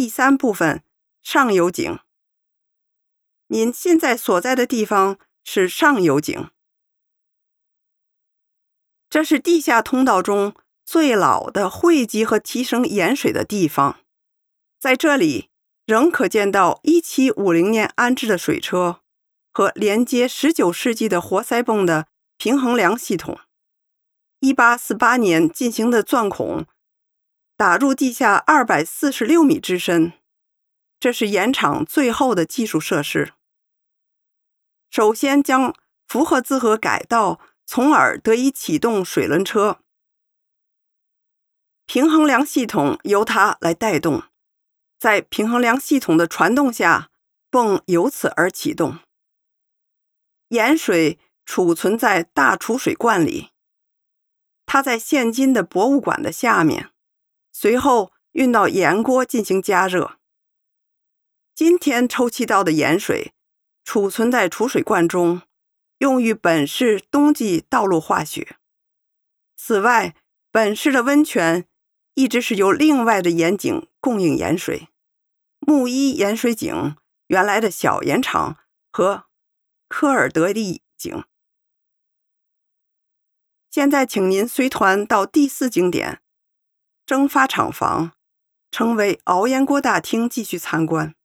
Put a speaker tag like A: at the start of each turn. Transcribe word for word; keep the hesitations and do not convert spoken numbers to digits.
A: 第三部分上游井。您现在所在的地方是上游井。这是地下通道中最老的汇集和提升盐水的地方。在这里仍可见到一七五零年安置的水车和连接十九世纪的活塞泵的平衡梁系统。一八四八年进行的钻孔打入地下二百四十六米之深，这是盐场最后的技术设施。首先将福赫兹河改道，从而得以启动水轮车。平衡梁系统由它来带动，在平衡梁系统的传动下，泵由此而启动。盐水储存在大储水罐里，它在现今的博物馆的下面，随后运到盐锅进行加热。今天抽气道的盐水储存在储水罐中，用于本市冬季道路化雪。此外，本市的温泉一直是由另外的盐井供应盐水。木伊盐水井、原来的小盐场和科尔德利井。现在请您随团到第四景点蒸发厂房，成为熬盐锅大厅继续参观。